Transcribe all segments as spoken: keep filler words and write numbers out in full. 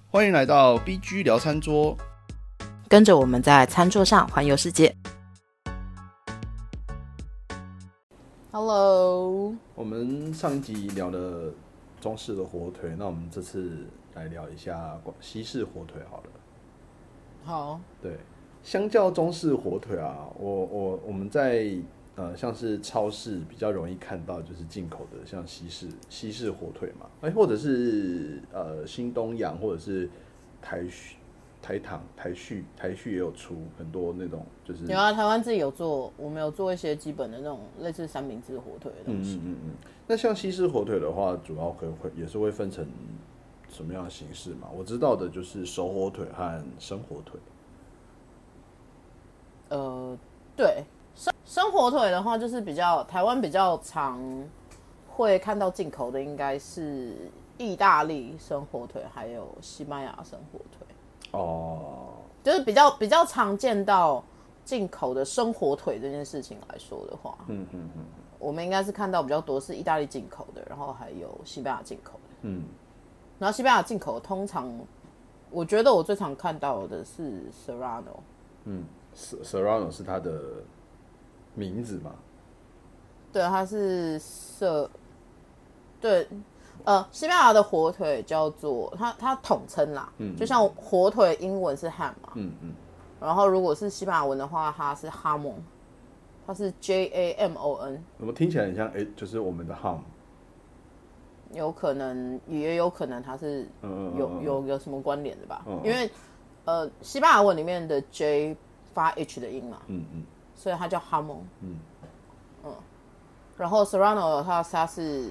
欢迎来到 B G 聊餐桌， 跟着我们在餐桌上环游世界。Hello， 我们上一集聊了中式的火腿，那我们这次来聊一下西式火腿好了。 好， 对，相较中式火腿啊，我我我们在呃像是超市比较容易看到就是进口的像西式西式火腿嘛，哎、欸，或者是呃新东阳或者是台台糖台旭台旭也有出很多那种就是有啊，台湾自己有做，我们有做一些基本的那种类似三明治火腿的东西。 嗯嗯嗯。那像西式火腿的话，主要会会也是会分成什么样的形式嘛？我知道的就是熟火腿和生火腿。 呃，对，生生火腿的话，就是比较台湾比较常会看到进口的，应该是意大利生火腿，还有西班牙生火腿。哦，就是比较比较常见到进口的生火腿这件事情来说的话，嗯嗯嗯，我们应该是看到比较多是意大利进口的，然后还有西班牙进口的，嗯，然后西班牙进口通常，我觉得我最常看到的是 Serrano， 嗯 ，Serrano 是它的名字嘛？ 对，它是色，对。呃，西班牙的火腿叫做它，它统称啦，嗯嗯，就像火腿英文是 ham 嘛，嗯嗯，然后如果是西班牙文的话，它是 hamon， 它是 J A M O N， 怎么听起来很像哎，就是我们的 ham， 有可能也有可能它是有嗯嗯嗯嗯有有什么关联的吧，嗯嗯因为呃西班牙文里面的 J 发 H 的音嘛，嗯嗯，所以它叫 hamon， 嗯嗯，然后 Serrano 的话，它是。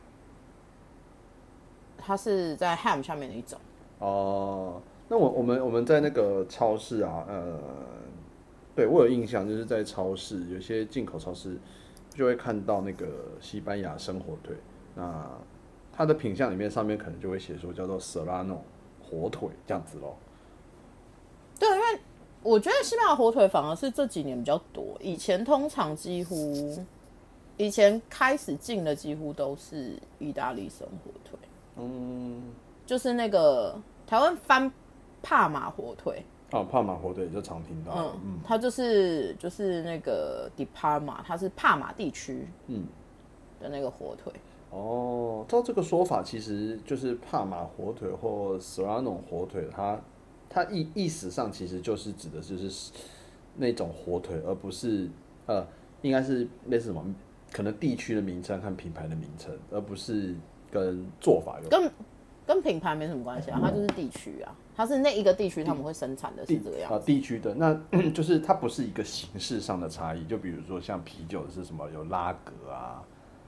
它是在 ham 下面的一种哦。那我我们我们在那个超市啊，呃，对我有印象，就是在超市有些进口超市就会看到那个西班牙生火腿，那它的品项里面上面可能就会写说叫做 Serrano 火腿这样子咯。 对，因为我觉得西班牙火腿反而是这几年比较多，以前通常几乎以前开始进的几乎都是意大利生火腿。嗯，就是那个台湾翻帕马火腿哦，帕马火腿就常听到，嗯， 嗯它就是就是那个 di Parma， 它是帕马地区嗯的那个火腿。 哦，照这个说法，其实就是帕马火腿或 Serrano 火腿，它它意意思上其实就是指的就是那种火腿，而不是呃，应该是类似什么可能地区的名称和品牌的名称，而不是。跟做法有跟跟品牌没什么关系啊，它就是地区啊，它是那一个地区他们会生产的是这个样子。 啊，地区的那就是它不是一个形式上的差异，就比如说像啤酒是什么有拉格啊，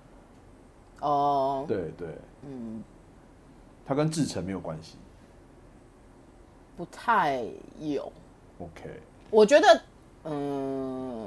哦，对对，嗯，它跟制成没有关系， 不太有。 OK， 我觉得嗯。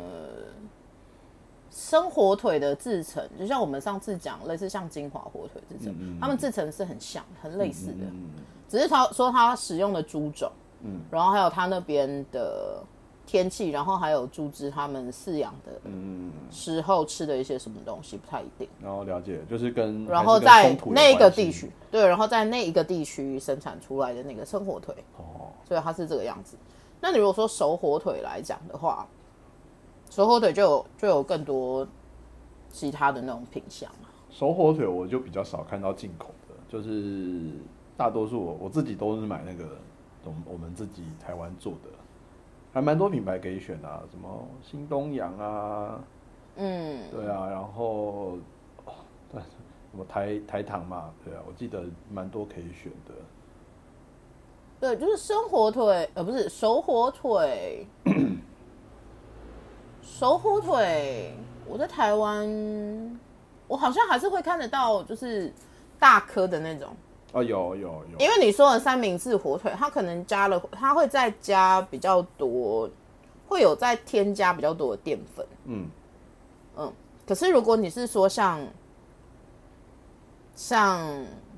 生火腿的制成，就像我们上次讲，类似像金华火腿制成，嗯嗯他们制成是很像、很类似的，嗯嗯嗯只是他说他使用的猪种，嗯，然后还有他那边的天气，然后还有猪只他们饲养的时候吃的一些什么东西，不太一定。 然后了解，就是跟然后在那个地区，对，然后在那一个地区生产出来的那个生火腿，哦，所以它是这个样子。那你如果说熟火腿来讲的话，熟火腿就有就有更多其他的那种品项啊。 熟火腿我就比较少看到进口的，就是大多数我我自己都是买那个我们自己台湾做的，还蛮多品牌可以选啊，什么新东阳啊，嗯，对啊，然后哦，对，什么台台糖嘛，对啊，我记得蛮多可以选的。 对，就是生火腿，呃，不是熟火腿。熟火腿，我在台湾，我好像还是会看得到，就是大颗的那种。 哦，有有有。 因为你说的三明治火腿，它可能加了，它会再加比较多，会有再添加比较多的淀粉。嗯嗯。可是如果你是说像像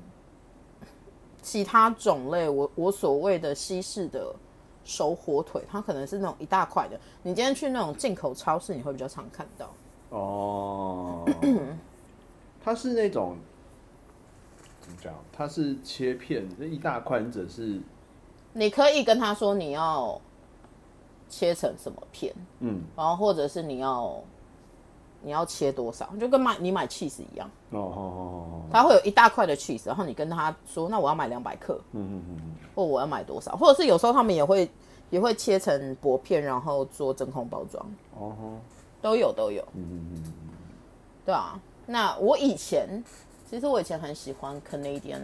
其他种类，我我所谓的西式的。熟火腿，它可能是那种一大块的。你今天去那种进口超市，你会比较常看到。 哦，它是那种怎么讲？它是切片，这一大块，或者是你可以跟他说你要切成什么片，嗯，然后或者是你要你要切多少，就跟买你买 cheese 一样。哦哦哦哦，它会有一大块的 cheese， 然后你跟他说，那我要买两百克，嗯嗯嗯，或我要买多少，或者是有时候他们也会也会切成薄片，然后做真空包装。哦，都有都有，嗯嗯嗯，对啊。那我以前其实我以前很喜欢 Canadian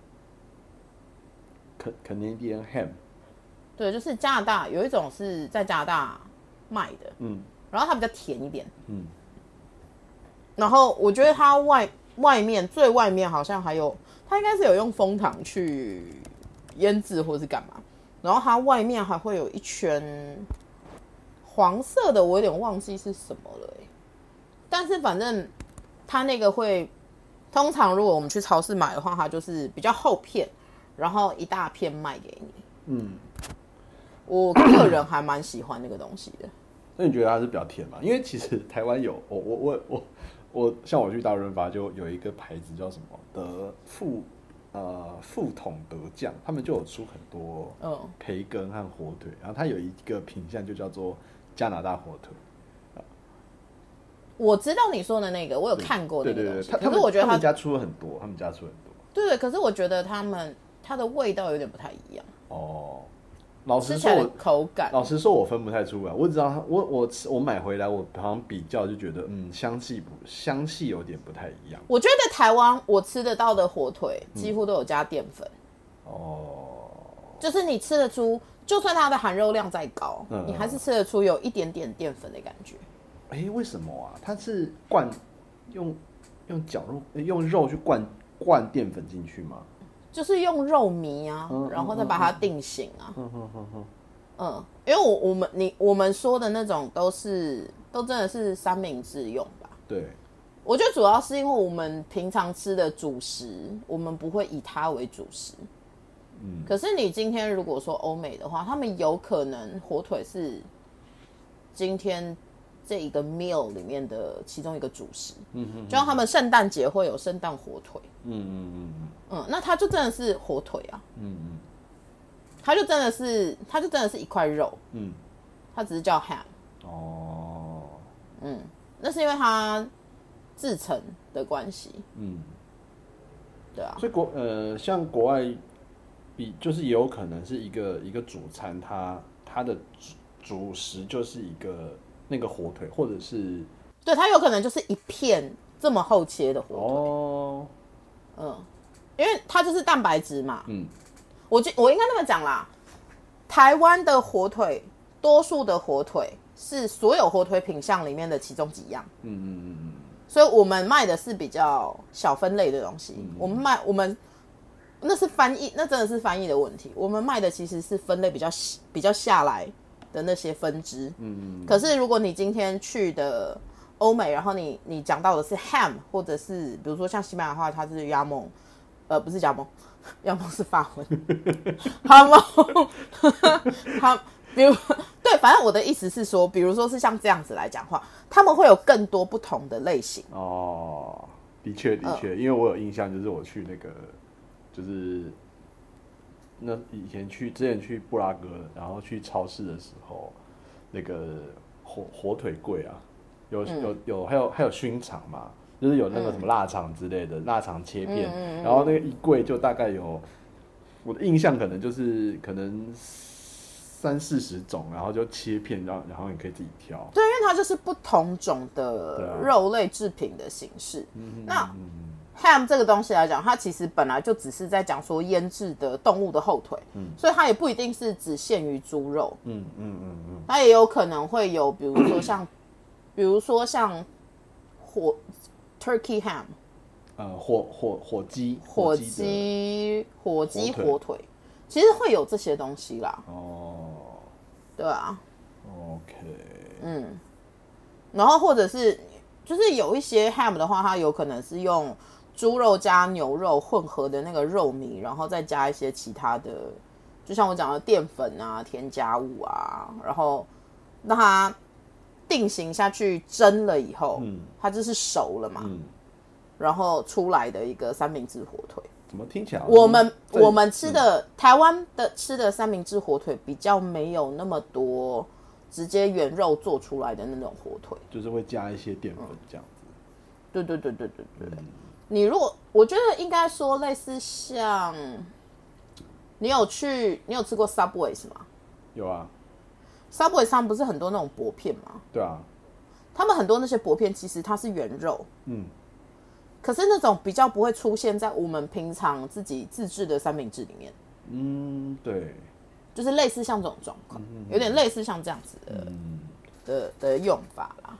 ham。Canadian ham。 对，就是加拿大有一种是在加拿大卖的，嗯，然后它比较甜一点，嗯，然后我觉得它外外面最外面好像还有，它应该是有用枫糖去腌制或是干嘛，然后它外面还会有一圈黄色的，我有点忘记是什么了，欸，但是反正它那个会，通常如果我们去超市买的话，它就是比较厚片，然后一大片卖给你，嗯。我个人还蛮喜欢那个东西的。 那你觉得它是比较甜吗？因为其实台湾有我我我我我像我去大润发就有一个牌子叫什么德富呃富统德酱，他们就有出很多培根和火腿，然后它有一个品项就叫做加拿大火腿。 我知道你说的那个，我有看过那个东西。 对对对，可是我觉得他们家出了很多，他们家出了很多。 对对，可是我觉得他们它的味道有点不太一样。 哦。老实说我， 口感。 老实说，我分不太出来。我只知道我我我买回来，我好像比较就觉得，嗯，香气不香气有点不太一样。 我觉得台湾我吃得到的火腿几乎都有加淀粉。嗯、哦。就是你吃得出，就算它的含肉量再高，嗯、你还是吃得出有一点点淀粉的感觉。 哎、欸，为什么啊？它是灌用用绞肉用肉去灌灌淀粉进去吗？ 就是用肉糜啊，嗯、然后再把它定型啊。嗯嗯嗯嗯。嗯，因为我我们你我们说的那种都是都真的是三明治用吧？ 对。 我觉得主要是因为我们平常吃的主食，我们不会以它为主食。嗯。可是你今天如果说欧美的话，他们有可能火腿是今天这一个 meal 里面的其中一个主食。嗯嗯。就像他们圣诞节会有圣诞火腿。嗯嗯嗯嗯。嗯，那它就真的是火腿啊。嗯嗯。它就真的是，它就真的是一块肉。嗯。它只是叫 ham。哦。嗯，那是因为它制成的关系。嗯。对啊。 所以国呃，像国外比就是也有可能是一个一个主餐，它它的主主食就是一个那个火腿，或者是对，它有可能就是一片这么厚切的火腿。哦。嗯。因为它就是蛋白质嘛，嗯，我我应该那么讲啦，台湾的火腿，多数的火腿是所有火腿品项里面的其中几样，嗯嗯嗯嗯，所以我们卖的是比较小分类的东西，嗯嗯，我们卖我们那是翻译，那真的是翻译的问题，我们卖的其实是分类比较比较下来的那些分支，嗯嗯，可是如果你今天去的欧美，然后你你讲到的是 ham， 或者是比如说像西班牙话，它是 jamon。呃，不是加盟，加盟是法文，哈蒙，哈，比如对，反正我的意思是说，比如说是像这样子来讲话，他们会有更多不同的类型。 哦，的确的确，呃、因为我有印象，就是我去那个，就是那以前去之前去布拉格，然后去超市的时候，那个火火腿柜啊，有、嗯、有有还有还有熏肠嘛。就是有那个什么腊肠之类的，腊肠切片，嗯、然后那个一柜就大概有，我的印象可能就是可能三四十种，然后就切片，然后然后你可以自己挑。 对，因为它就是不同种的肉类制品的形式。啊、那、嗯、ham 这个东西来讲，它其实本来就只是在讲说腌制的动物的后腿，嗯、所以它也不一定是只限于猪肉。嗯嗯嗯嗯，它也有可能会有，比如说像，比如说像火。Turkey ham， 呃，火火火鸡， 火鸡，火鸡火腿，其实会有这些东西啦。哦，对啊。 OK。 嗯，然后或者是就是有一些 ham 的话，它有可能是用猪肉加牛肉混合的那个肉糜，然后再加一些其他的，就像我讲的淀粉啊、添加物啊，然后让它定型下去蒸了以后，嗯、它就是熟了嘛，嗯、然后出来的一个三明治火腿。 怎么听起来我们我们吃的、嗯、台湾的吃的三明治火腿比较没有那么多直接原肉做出来的那种火腿， 就是会加一些淀粉这样子。 对对对对对对。嗯、你如果我觉得应该说类似像，你有去你有吃过 Subway 吗？ 有啊。 Subway 上不是很多那种薄片吗？ 对啊。 他们很多那些薄片其实它是原肉，嗯，可是那种比较不会出现在我们平常自己自制的三明治里面。嗯， 对。 就是类似像这种状况，嗯、有点类似像这样子的、嗯、的, 的用法啦。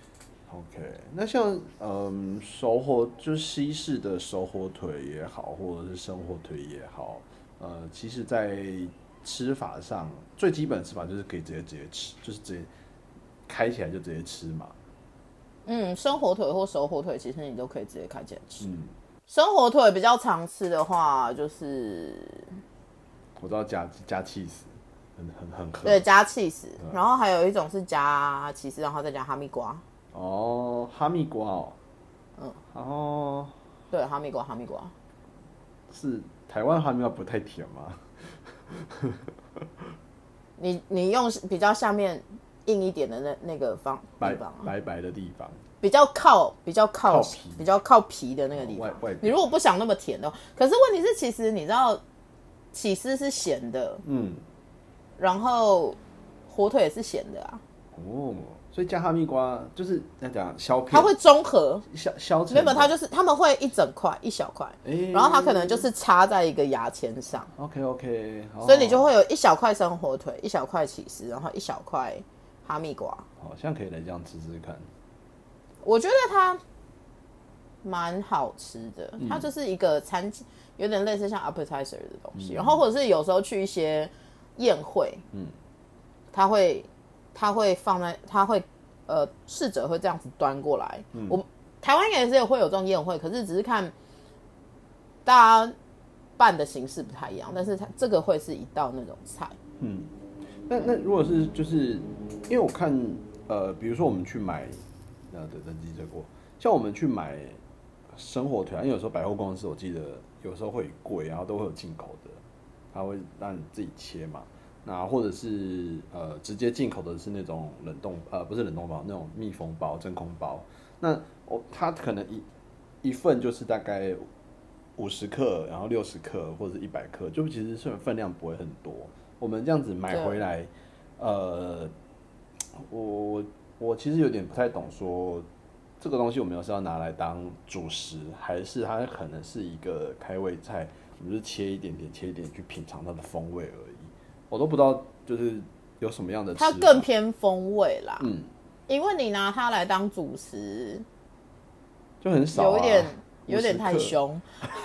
OK， 那像嗯熟火就是西式的熟火腿也好，或者是生火腿也好，呃，其实在吃法上最基本的吃法就是可以直接直接吃，就是直接开起来就直接吃嘛。 嗯，生火腿或熟火腿其实你都可以直接开起来吃。嗯，生火腿比较常吃的话就是我知道加加起司，很很很合。 对，加起司、嗯，然后还有一种是加起司，然后再加哈密瓜。 哦，哈密瓜哦。嗯。哦。 对，哈密瓜，哈密瓜。 是台湾哈密瓜不太甜吗？ 你你用比较下面硬一点的那那个方地方、啊， 白白的地方， 比较靠比较靠靠皮比较靠皮的那个地方。 哦、 你如果不想那么甜的话，可是问题是，其实你知道。起司是咸的，嗯，然后火腿也是咸的啊。 哦，所以加哈密瓜就是那讲削片， 它会中和削削成。 没有，它就是他们会一整块一小块、欸，然后它可能就是插在一个牙签上。 OK OK， 所以你就会有一小块生火腿，一小块起司，然后一小块哈密瓜。 好像可以来这样吃吃看。 我觉得它蛮好吃的，嗯、它就是一个餐。有点类似像 appetizer 的东西、嗯，然后或者是有时候去一些宴会，嗯，他会他会放在他会呃侍者会这样子端过来，嗯，我台湾也是会有这种宴会，可是只是看大家办的形式不太一样，但是它这个会是一道那种菜， 嗯，那那如果是就是因为我看呃，比如说我们去买呃的登记这过，像我们去买生火腿，因为有时候百货公司我记得。有时候会贵，然后都会有进口的，它会让你自己切嘛。那或者是呃直接进口的是那种冷冻呃不是冷冻包，那种密封包、真空包。那哦它可能一一份就是大概五十克，然后六十克或者一百克，就其实虽然分量不会很多。我们这样子买回来，呃，我我我其实有点不太懂说。这个东西我们是要拿来当主食，还是它可能是一个开胃菜？我们就是切一点点，切一点去品尝它的风味而已。我都不知道，就是有什么样的吃法。 它更偏风味啦，嗯，因为你拿它来当主食， 就很少、啊， 有点有点太凶。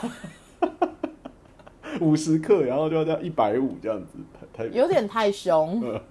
五十克，然后就要到一百五这样子，太有点太凶。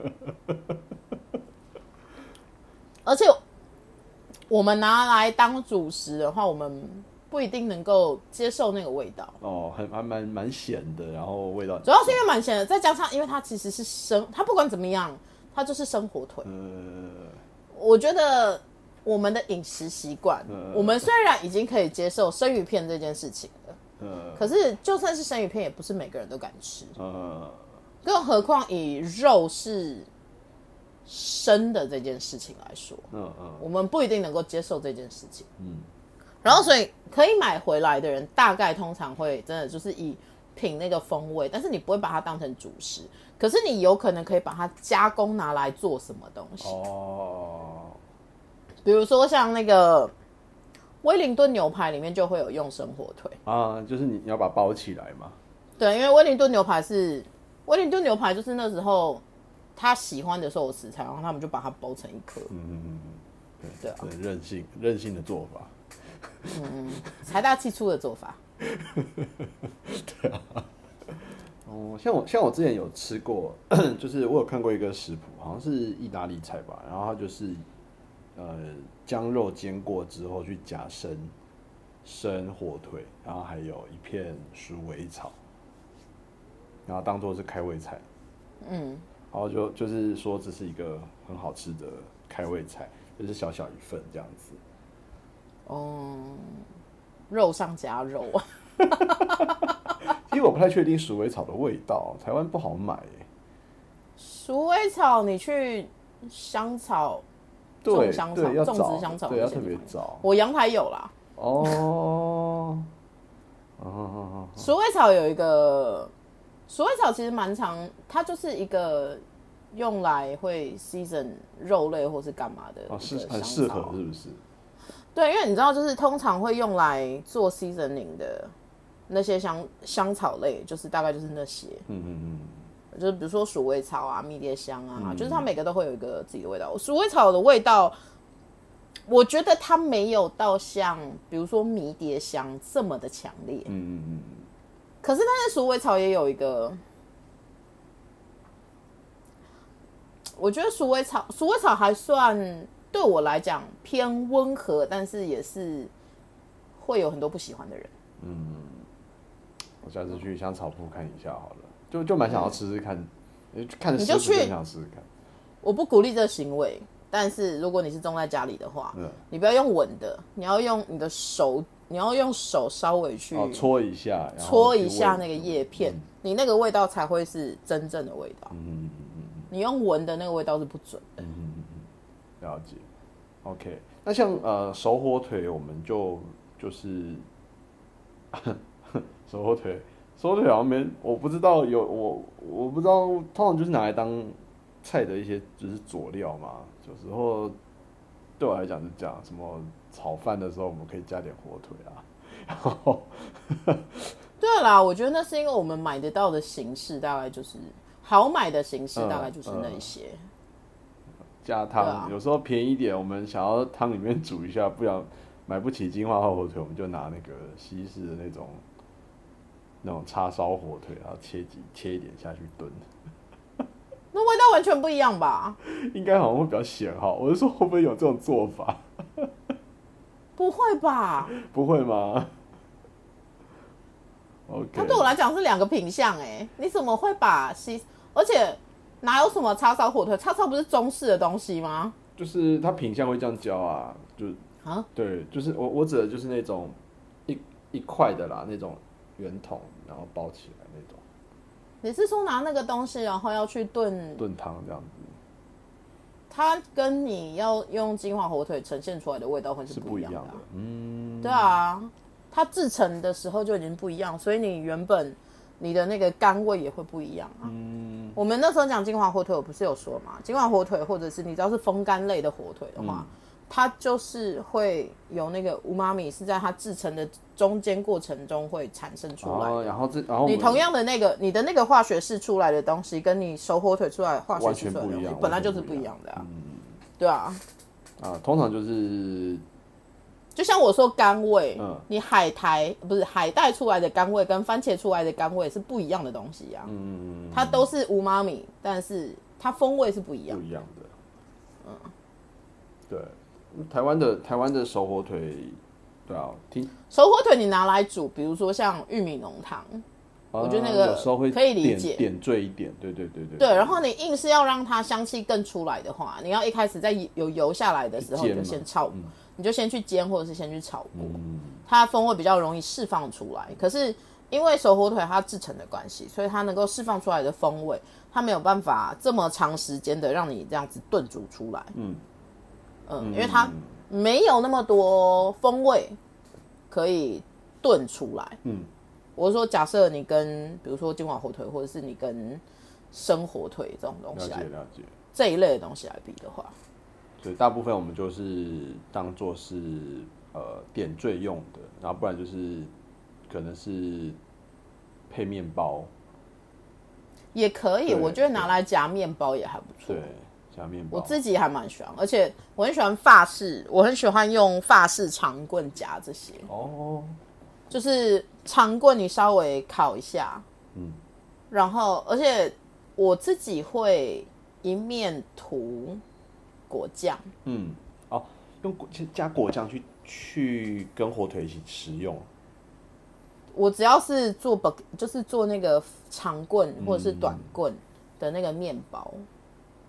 而且。我们拿来当主食的话，我们不一定能够接受那个味道。 哦，还还蛮蛮咸的，然后味道主要是因为蛮咸的，再加上因为它其实是生，它不管怎么样，它就是生火腿。呃，我觉得我们的饮食习惯、呃，我们虽然已经可以接受生鱼片这件事情了，呃，可是就算是生鱼片，也不是每个人都敢吃。呃，更何况以肉是。生的这件事情来说，嗯嗯，我们不一定能够接受这件事情，嗯，然后所以可以买回来的人，大概通常会真的就是以品那个风味，但是你不会把它当成主食，可是你有可能可以把它加工拿来做什么东西哦，比如说像那个威灵顿牛排里面就会有用生火腿啊，就是你要把它包起来嘛， 对，因为威灵顿牛排是威灵顿牛排就是那时候。他喜欢的寿司菜，然后他们就把它包成一颗。嗯嗯嗯， 对对啊，任性任性的做法。 嗯，财大气粗的做法。 对啊。哦，像我像我之前有吃过，就是我有看过一个食谱，好像是意大利菜吧，然后它就是呃将肉煎过之后去夹生生火腿，然后还有一片鼠尾草，然后当做是开胃菜。嗯。然后就就是说这是一个很好吃的开胃菜，就是小小一份这样子。 哦、嗯，肉上加肉啊！ 因为我不太确定鼠尾草的味道，台湾不好买耶。 鼠尾草你去香草种香草种植香草， 对，要特别找。 我阳台有啦。 哦， 鼠尾草有一个，鼠尾草其实蛮常，它就是一个用来会 season 肉类或是干嘛的， 哦，是很适合，是不是？ 对，因为你知道，就是通常会用来做 seasoning 的那些香香草类，就是大概就是那些，嗯嗯嗯，就是比如说鼠尾草啊、迷迭香啊，嗯、就是它每个都会有一个自己的味道。鼠尾草的味道，我觉得它没有到像比如说迷迭香这么的强烈，嗯嗯嗯。可是，但是鼠尾草也有一个，我觉得鼠尾草，鼠尾草还算。对我来讲偏温和，但是也是会有很多不喜欢的人。嗯， 我下次去香草铺看一下好了，就就蛮想要吃吃看，嗯、看你就去想试试看。 我不鼓励这个行为，但是如果你是种在家里的话，嗯、你不要用稳的，你要用你的手，你要用手稍微去哦搓一下， 搓一下那个叶片，嗯、你那个味道才会是真正的味道。嗯嗯嗯你用闻的那个味道是不准的。嗯了解 ，OK。那像呃熟火腿，我们就就是熟火腿，熟火腿好像没，我不知道有我我不知道，通常就是拿来当菜的一些就是佐料嘛。有时候对我来讲是这样，什么炒饭的时候我们可以加点火腿啊。然后对啦，我觉得那是因为我们买得到的形式大概就是好买的形式，大概就是那一些。嗯嗯加汤、啊，有时候便宜一点，我们想要汤里面煮一下，不然买不起金华火腿，我们就拿那个西式的那种那种叉烧火腿，然后切几切一点下去炖。 那味道完全不一样吧？ 应该好像会比较咸哈。我是说，会不会有这种做法？ 不会吧？ 不会吗 ？OK， 它对我来讲是两个品项哎，你怎么会把西？而且。哪有什么叉烧火腿？叉烧不是中式的东西吗？ 就是它品相会这样教啊，就啊，对，就是我我指的就是那种一一块的啦，那种圆筒，然后包起来那种。 你是说拿那个东西，然后要去炖炖汤这样子？ 它跟你要用金华火腿呈现出来的味道会是不一样的、啊。 是不一样的，嗯， 对啊，它制成的时候就已经不一样，所以你原本。你的那个甘味也会不一样啊。嗯，我们那时候讲金华火腿，我不是有说嘛？金华火腿或者是你知道是风干类的火腿的话，嗯、它就是会有那个乌妈米是在它制成的中间过程中会产生出来的。 哦、然后这然后你同样的那个你的那个化学式出来的东西，跟你熟火腿出来的化学式出来的东西，本来就是不一样的啊。嗯、对啊。 啊，通常就是。 就像我说甘味，嗯、你海苔不是海带出来的甘味跟番茄出来的甘味是不一样的东西啊。嗯，它都是无妈米，但是它风味是不一样的。 不一样的。嗯，对，台湾的台湾的熟火腿，对啊，听熟火腿你拿来煮，比如说像玉米浓汤，啊、我觉得那个有时候会可以理解， 点缀一点，对对对对。 对，然后你硬是要让它香气更出来的话，你要一开始在有油下来的时候就先炒。嗯你就先去煎，或者是先去炒过，嗯、它的风味比较容易释放出来。可是因为熟火腿它制成的关系，所以它能够释放出来的风味，它没有办法这么长时间的让你这样子炖煮出来。嗯，嗯，因为它没有那么多风味可以炖出来。嗯，我是说，假设你跟比如说金华火腿，或者是你跟生火腿这种东西来， 了解了解这一类的东西来比的话。 所以大部分我们就是当做是呃点缀用的，然后不然就是可能是配面包， 也可以。我觉得拿来夹面包也还不错。 对，夹面包， 我自己还蛮喜欢，而且我很喜欢法式，我很喜欢用法式长棍夹这些。哦，就是长棍你稍微烤一下，嗯，然后而且我自己会一面涂。果酱， 嗯，哦，用加果酱去去跟火腿一起食用。 我只要是做就是做那个长棍或者是短棍的那个面包，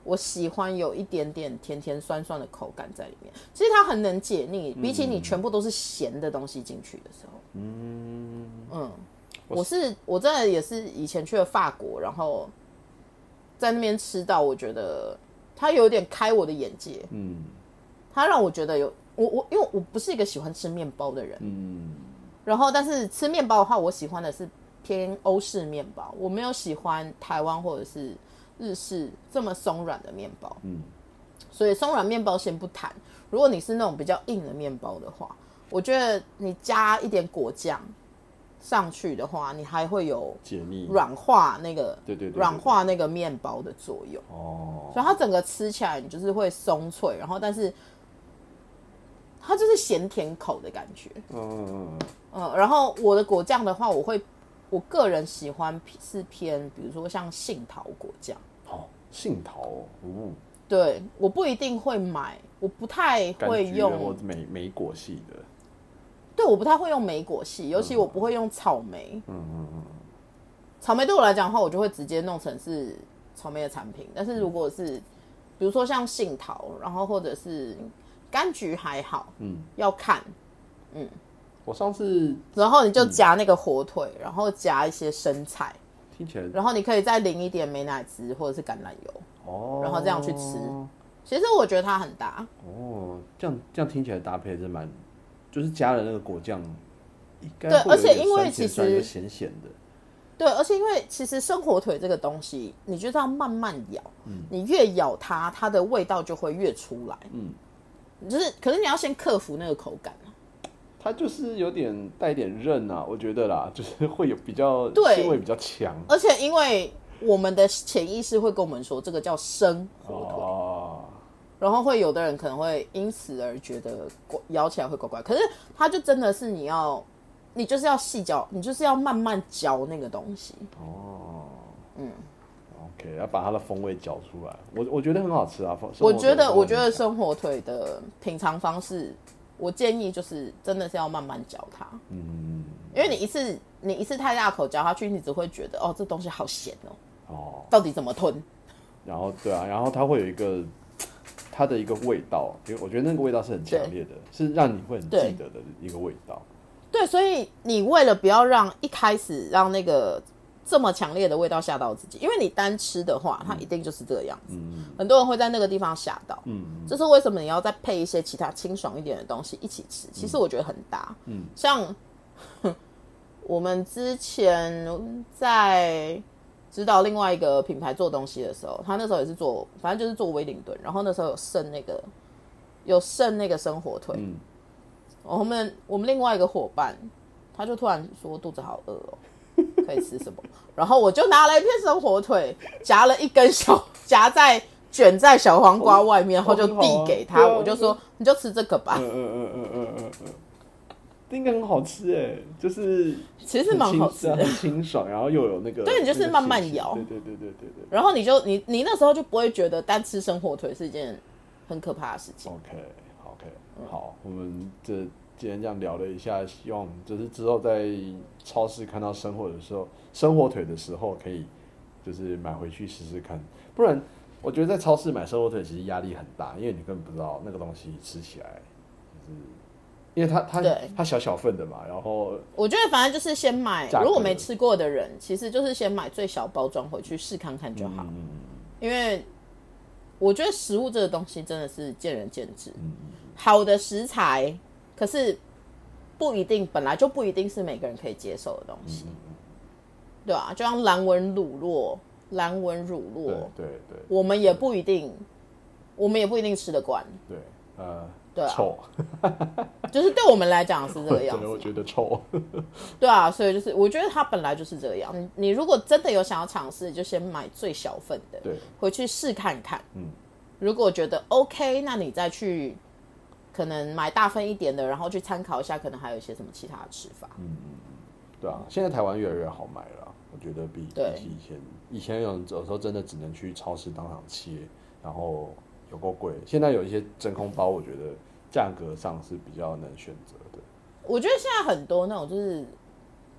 我喜欢有一点点甜甜酸酸的口感在里面。其实它很能解腻，比起你全部都是咸的东西进去的时候。嗯嗯，我是我真的也是以前去了法国，然后在那边吃到，我觉得它有点开我的眼界。嗯，它让我觉得有我我因为我不是一个喜欢吃面包的人。嗯，然后但是吃面包的话，我喜欢的是偏欧式面包，我没有喜欢台湾或者是日式这么松软的面包。嗯，所以松软面包先不谈，如果你是那种比较硬的面包的话，我觉得你加一点果酱上去的话，你还会有解腻软化那个对对对软化那个面包的作用。哦，所以它整个吃起来你就是会松脆，然后但是它就是咸甜口的感觉。嗯嗯，然后我的果酱的话，我会我个人喜欢是偏，比如说像杏桃果酱。 哦，杏桃哦，嗯， 对，我不一定会买，我不太会用莓莓果系的。 对，我不太会用莓果系，尤其我不会用草莓。嗯嗯嗯。草莓对我来讲的话，我就会直接弄成是草莓的产品。但是如果是比如说像杏桃，然后或者是柑橘还好，嗯，要看，嗯。 我上次， 然后你就夹那个火腿，嗯、然后夹一些生菜， 听起来， 然后你可以再淋一点美乃滋或者是橄榄油，哦，然后这样去吃。其实我觉得它很搭。 哦，这样这样听起来搭配是蛮，就是加了那个果酱， 对，而且因为其实咸咸的， 对，而且因为其实生火腿这个东西，你就是要慢慢咬，嗯、你越咬它，它的味道就会越出来，嗯，就是可是你要先克服那个口感。 它就是有点带点韧啊，我觉得啦，就是会有比较腥味比较强， 而且因为我们的潜意识会跟我们说这个叫生火腿，哦，然后会有的人可能会因此而觉得咬起来会怪怪，可是它就真的是你要，你就是要细嚼，你就是要慢慢嚼那个东西。哦，嗯 ，OK， 要把它的风味嚼出来，我我觉得很好吃啊。 我觉得我觉得生火腿的品尝方式。我建议就是真的是要慢慢嚼它，嗯，因为你一次你一次太大口嚼下去，你只会觉得哦，这东西好咸哦，哦，到底怎么吞？ 然后对啊，然后它会有一个它的一个味道，因为我觉得那个味道是很强烈的，是让你会很记得的一个味道。 对，所以你为了不要让一开始让那个这么强烈的味道吓到自己，因为你单吃的话，它一定就是这个样子。嗯、很多人会在那个地方吓到，嗯，这是为什么你要再配一些其他清爽一点的东西一起吃。其实我觉得很搭，嗯，像我们之前在指导另外一个品牌做东西的时候，他那时候也是做，反正就是做威灵顿，然后那时候有剩那个有剩那个生火腿，嗯，我们我们另外一个伙伴，他就突然说肚子好饿哦。可以吃什么？然后我就拿了一片生火腿，夹了一根小夹在卷在小黄瓜外面，然后就递给他。我就说：“你就吃这个吧。”嗯嗯嗯嗯嗯嗯嗯， 应该很好吃哎，就是其实蛮好吃的， 很清爽，然后又有那个， 对，你就是慢慢咬， 对对对对对对。 然后你就你你那时候就不会觉得单吃生火腿是一件很可怕的事情。 OK OK， 好，我们这。今天这样聊了一下，希望就是之后在超市看到生火的时候，生火腿的时候，可以就是买回去试试看。不然，我觉得在超市买生火腿其实压力很大，因为你根本不知道那个东西吃起来，就是因为它它它小小份的嘛。然后我觉得反正就是先买，如果没吃过的人，其实就是先买最小包装回去试看看就好。嗯、因为我觉得食物这个东西真的是见仁见智，嗯、好的食材。可是不一定，本来就不一定是每个人可以接受的东西，嗯、对啊，就像蓝纹乳酪，蓝纹乳酪， 对对对， 我们也不一定，我们也不一定吃得惯， 对，呃， 对啊， 臭， 就是对我们来讲是这个样子， 我觉得臭， 对啊，所以就是我觉得它本来就是这样，你你如果真的有想要尝试，就先买最小份的， 对， 回去试看看，嗯，如果觉得 OK， 那你再去。可能买大份一点的，然后去参考一下，可能还有一些什么其他的吃法。嗯嗯， 对啊，现在台湾越来越好买了，我觉得比比起以前，以前有有时候真的只能去超市当场切，然后有够贵。现在有一些真空包，我觉得价格上是比较能选择的。 我觉得现在很多那种就是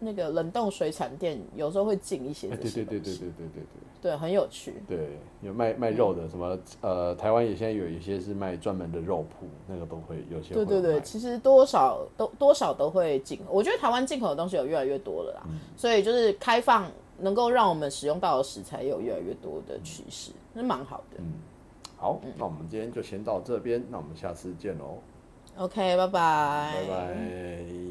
那个冷冻水产店有时候会进一些这些东西， 对对对对对对对对对，很有趣。 对，有卖卖肉的，什么呃，台湾也现在有一些是卖专门的肉铺，那个都会有些会对对对，其实多少都多少都会进。我觉得台湾进口的东西有越来越多了啦，嗯、所以就是开放能够让我们使用到的食材也有越来越多的趋势，那蛮好的。 嗯，好，嗯、那我们今天就先到这边，那我们下次见喽。 OK， 拜拜。 拜拜。